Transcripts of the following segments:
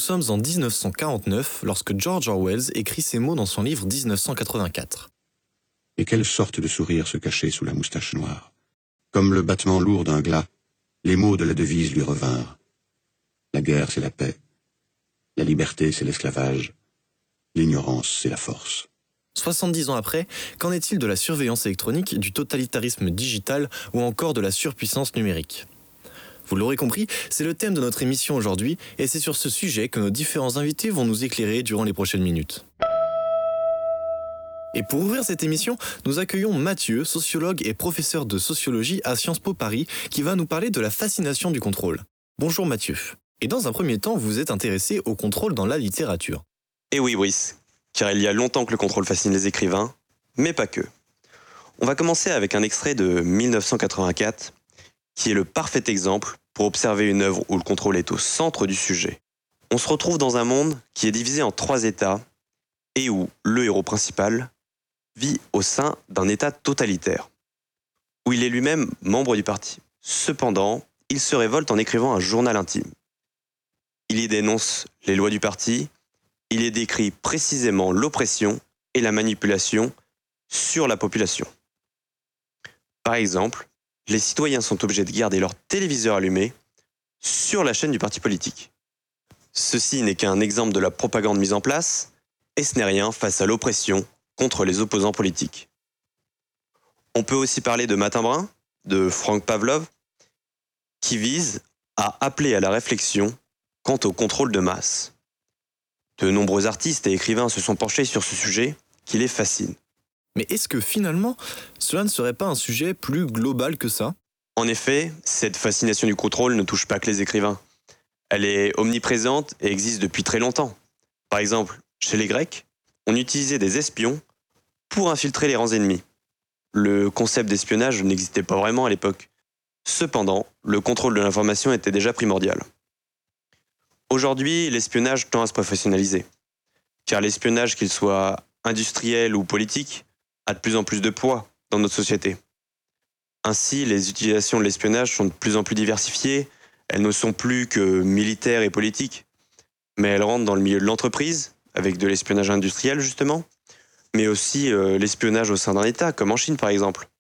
sommes en 1949 lorsque George Orwell écrit ces mots dans son livre 1984. Et quelle sorte de sourire se cachait sous la moustache noire. Comme le battement lourd d'un glas, les mots de la devise lui revinrent. La guerre, c'est la paix. La liberté, c'est l'esclavage. L'ignorance, c'est la force. 70 ans après, qu'en est-il de la surveillance électronique, du totalitarisme digital ou encore de la surpuissance numérique ? Vous l'aurez compris, c'est le thème de notre émission aujourd'hui et c'est sur ce sujet que nos différents invités vont nous éclairer durant les prochaines minutes. Et pour ouvrir cette émission, nous accueillons Mathieu, sociologue et professeur de sociologie à Sciences Po Paris, qui va nous parler de la fascination du contrôle. Bonjour Mathieu. Et dans un premier temps, vous êtes intéressé au contrôle dans la littérature. Eh oui, Brice, car il y a longtemps que le contrôle fascine les écrivains, mais pas que. On va commencer avec un extrait de 1984, qui est le parfait exemple pour observer une œuvre où le contrôle est au centre du sujet. On se retrouve dans un monde qui est divisé en 3 états et où le héros principal vit au sein d'un état totalitaire, où il est lui-même membre du parti. Cependant, il se révolte en écrivant un journal intime. Il y dénonce les lois du parti, il y décrit précisément l'oppression et la manipulation sur la population. Par exemple, les citoyens sont obligés de garder leur téléviseur allumé sur la chaîne du parti politique. Ceci n'est qu'un exemple de la propagande mise en place, et ce n'est rien face à l'oppression contre les opposants politiques. On peut aussi parler de Matin Brun, de Frank Pavlov, qui vise à appeler à la réflexion quant au contrôle de masse. De nombreux artistes et écrivains se sont penchés sur ce sujet qui les fascine. Mais est-ce que finalement, cela ne serait pas un sujet plus global que ça ? En effet, cette fascination du contrôle ne touche pas que les écrivains. Elle est omniprésente et existe depuis très longtemps. Par exemple, chez les Grecs, on utilisait des espions pour infiltrer les rangs ennemis. Le concept d'espionnage n'existait pas vraiment à l'époque. Cependant, le contrôle de l'information était déjà primordial. Aujourd'hui, l'espionnage tend à se professionnaliser. Car l'espionnage, qu'il soit industriel ou politique, a de plus en plus de poids dans notre société. Ainsi, les utilisations de l'espionnage sont de plus en plus diversifiées. Elles ne sont plus que militaires et politiques, mais elles rentrent dans le milieu de l'entreprise, avec de l'espionnage industriel justement, mais aussi l'espionnage au sein d'un État, comme en Chine par exemple.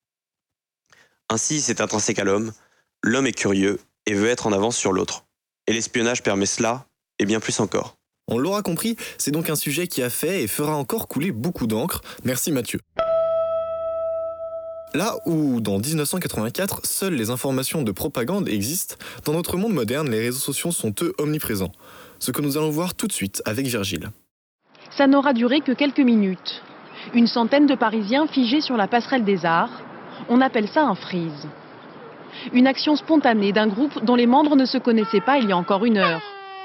Ainsi, c'est intrinsèque à l'homme. L'homme est curieux et veut être en avance sur l'autre. Et l'espionnage permet cela, et bien plus encore. On l'aura compris, c'est donc un sujet qui a fait et fera encore couler beaucoup d'encre. Merci Mathieu. Là où, dans 1984, seules les informations de propagande existent, dans notre monde moderne, les réseaux sociaux sont eux omniprésents. Ce que nous allons voir tout de suite avec Virgile. Ça n'aura duré que quelques minutes. Une centaine de Parisiens figés sur la passerelle des Arts. On appelle ça un freeze. Une action spontanée d'un groupe dont les membres ne se connaissaient pas il y a encore une heure.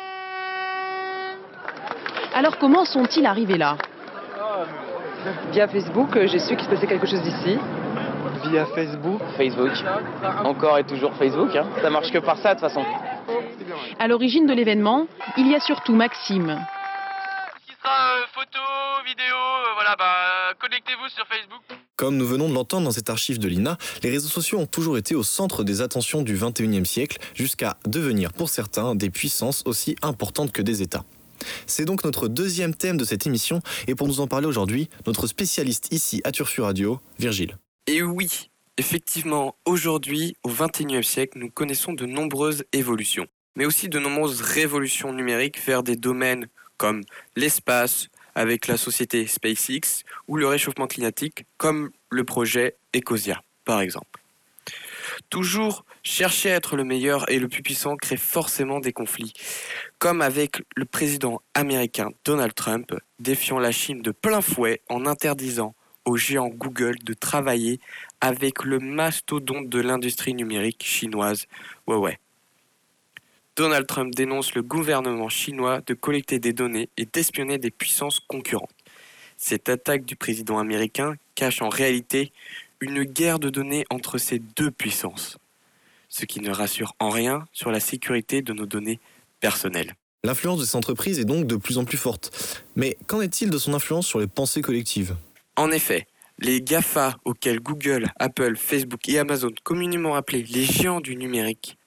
Alors comment sont-ils arrivés là ? Via Facebook, j'ai su qu'il se passait quelque chose d'ici. Via Facebook. Encore et toujours Facebook. Ça marche que par ça de toute façon. À l'origine de l'événement, il y a surtout Maxime. Ce qui sera photo, vidéo, connectez-vous sur Facebook. Comme nous venons de l'entendre dans cette archive de l'INA, les réseaux sociaux ont toujours été au centre des attentions du XXIe siècle, jusqu'à devenir pour certains des puissances aussi importantes que des États. C'est donc notre deuxième thème de cette émission, et pour nous en parler aujourd'hui, notre spécialiste ici à Turfu Radio, Virgile. Et oui, effectivement, aujourd'hui, au XXIe siècle, nous connaissons de nombreuses évolutions, mais aussi de nombreuses révolutions numériques vers des domaines comme l'espace, avec la société SpaceX, ou le réchauffement climatique, comme le projet Ecosia, par exemple. Toujours chercher à être le meilleur et le plus puissant crée forcément des conflits, comme avec le président américain Donald Trump défiant la Chine de plein fouet en interdisant au géant Google de travailler avec le mastodonte de l'industrie numérique chinoise Huawei. Donald Trump dénonce le gouvernement chinois de collecter des données et d'espionner des puissances concurrentes. Cette attaque du président américain cache en réalité une guerre de données entre ces deux puissances, ce qui ne rassure en rien sur la sécurité de nos données personnelles. L'influence de cette entreprise est donc de plus en plus forte. Mais qu'en est-il de son influence sur les pensées collectives ? En effet, les GAFA auxquels Google, Apple, Facebook et Amazon, communément appelés les géants du numérique,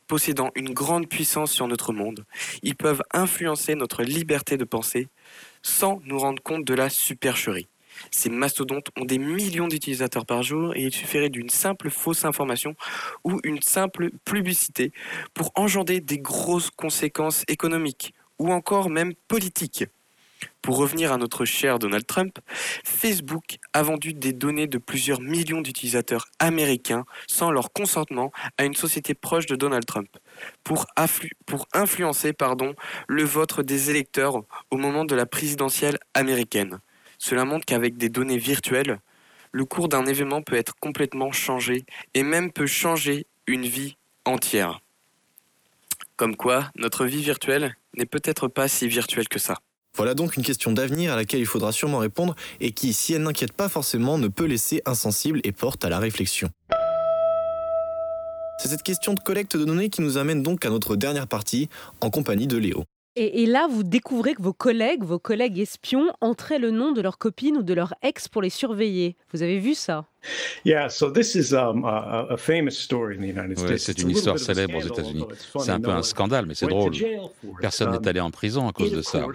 possédant une grande puissance sur notre monde, ils peuvent influencer notre liberté de penser sans nous rendre compte de la supercherie. Ces mastodontes ont des millions d'utilisateurs par jour et il suffirait d'une simple fausse information ou une simple publicité pour engendrer des grosses conséquences économiques ou encore même politiques. Pour revenir à notre cher Donald Trump, Facebook a vendu des données de plusieurs millions d'utilisateurs américains sans leur consentement à une société proche de Donald Trump pour influencer le vote des électeurs au moment de la présidentielle américaine. Cela montre qu'avec des données virtuelles, le cours d'un événement peut être complètement changé et même peut changer une vie entière. Comme quoi, notre vie virtuelle n'est peut-être pas si virtuelle que ça. Voilà donc une question d'avenir à laquelle il faudra sûrement répondre et qui, si elle n'inquiète pas forcément, ne peut laisser insensible et porte à la réflexion. C'est cette question de collecte de données qui nous amène donc à notre dernière partie, en compagnie de Léo. Et là, vous découvrez que vos collègues espions, entraient le nom de leur copine ou de leur ex pour les surveiller. Vous avez vu ça? Ouais, c'est une histoire célèbre aux États-Unis. C'est un peu un scandale, mais c'est drôle. Personne n'est allé en prison à cause de ça.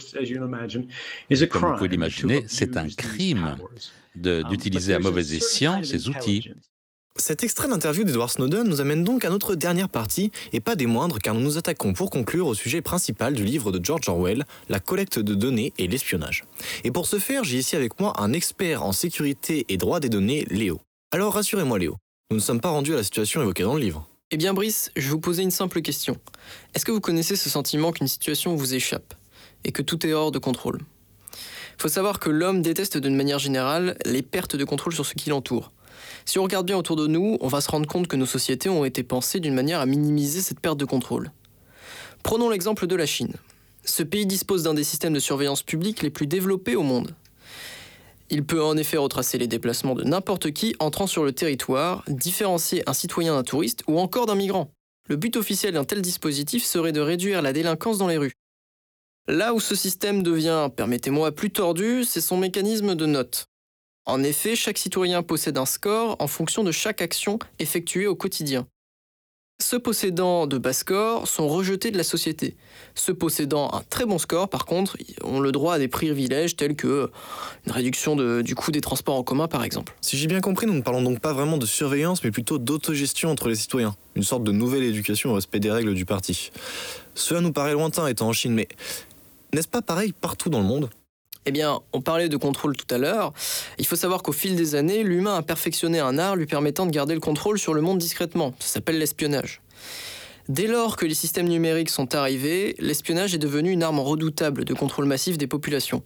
Comme vous pouvez l'imaginer, c'est un crime d'utiliser à mauvais escient ces outils. Cet extrait d'interview d'Edward Snowden nous amène donc à notre dernière partie, et pas des moindres, car nous nous attaquons pour conclure au sujet principal du livre de George Orwell, la collecte de données et l'espionnage. Et pour ce faire, j'ai ici avec moi un expert en sécurité et droit des données, Léo. Alors rassurez-moi Léo, nous ne sommes pas rendus à la situation évoquée dans le livre. Eh bien Brice, je vais vous poser une simple question. Est-ce que vous connaissez ce sentiment qu'une situation vous échappe et que tout est hors de contrôle? Il faut savoir que l'homme déteste d'une manière générale les pertes de contrôle sur ce qui l'entoure. Si on regarde bien autour de nous, on va se rendre compte que nos sociétés ont été pensées d'une manière à minimiser cette perte de contrôle. Prenons l'exemple de la Chine. Ce pays dispose d'un des systèmes de surveillance publique les plus développés au monde. Il peut en effet retracer les déplacements de n'importe qui entrant sur le territoire, différencier un citoyen d'un touriste ou encore d'un migrant. Le but officiel d'un tel dispositif serait de réduire la délinquance dans les rues. Là où ce système devient, permettez-moi, plus tordu, c'est son mécanisme de notes. En effet, chaque citoyen possède un score en fonction de chaque action effectuée au quotidien. Ceux possédant de bas scores sont rejetés de la société. Ceux possédant un très bon score, par contre, ont le droit à des privilèges tels que une réduction du coût des transports en commun, par exemple. Si j'ai bien compris, nous ne parlons donc pas vraiment de surveillance, mais plutôt d'autogestion entre les citoyens. Une sorte de nouvelle éducation au respect des règles du parti. Cela nous paraît lointain étant en Chine, mais n'est-ce pas pareil partout dans le monde ? Eh bien, on parlait de contrôle tout à l'heure. Il faut savoir qu'au fil des années, l'humain a perfectionné un art lui permettant de garder le contrôle sur le monde discrètement. Ça s'appelle l'espionnage. Dès lors que les systèmes numériques sont arrivés, l'espionnage est devenu une arme redoutable de contrôle massif des populations.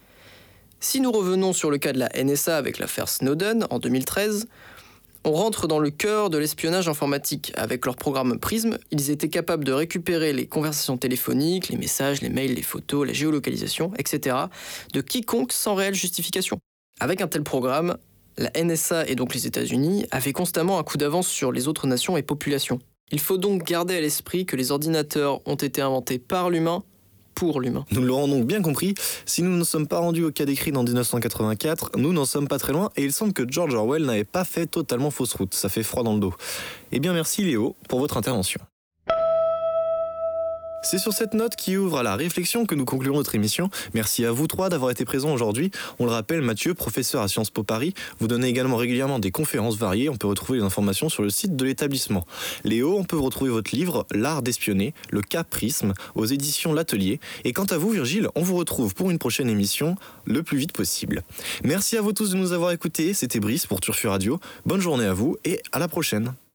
Si nous revenons sur le cas de la NSA avec l'affaire Snowden en 2013, on rentre dans le cœur de l'espionnage informatique. Avec leur programme Prism, ils étaient capables de récupérer les conversations téléphoniques, les messages, les mails, les photos, la géolocalisation, etc. de quiconque sans réelle justification. Avec un tel programme, la NSA et donc les États-Unis avaient constamment un coup d'avance sur les autres nations et populations. Il faut donc garder à l'esprit que les ordinateurs ont été inventés par l'humain, pour l'humain. Nous l'aurons donc bien compris, si nous ne sommes pas rendus au cas décrit dans 1984, nous n'en sommes pas très loin et il semble que George Orwell n'avait pas fait totalement fausse route, ça fait froid dans le dos. Eh bien merci Léo pour votre intervention. C'est sur cette note qui ouvre à la réflexion que nous conclurons notre émission. Merci à vous trois d'avoir été présents aujourd'hui. On le rappelle, Mathieu, professeur à Sciences Po Paris, vous donnez également régulièrement des conférences variées. On peut retrouver les informations sur le site de l'établissement. Léo, on peut retrouver votre livre, L'art d'espionner, le cas Prism, aux éditions L'Atelier. Et quant à vous, Virgile, on vous retrouve pour une prochaine émission le plus vite possible. Merci à vous tous de nous avoir écoutés. C'était Brice pour Turfu Radio. Bonne journée à vous et à la prochaine.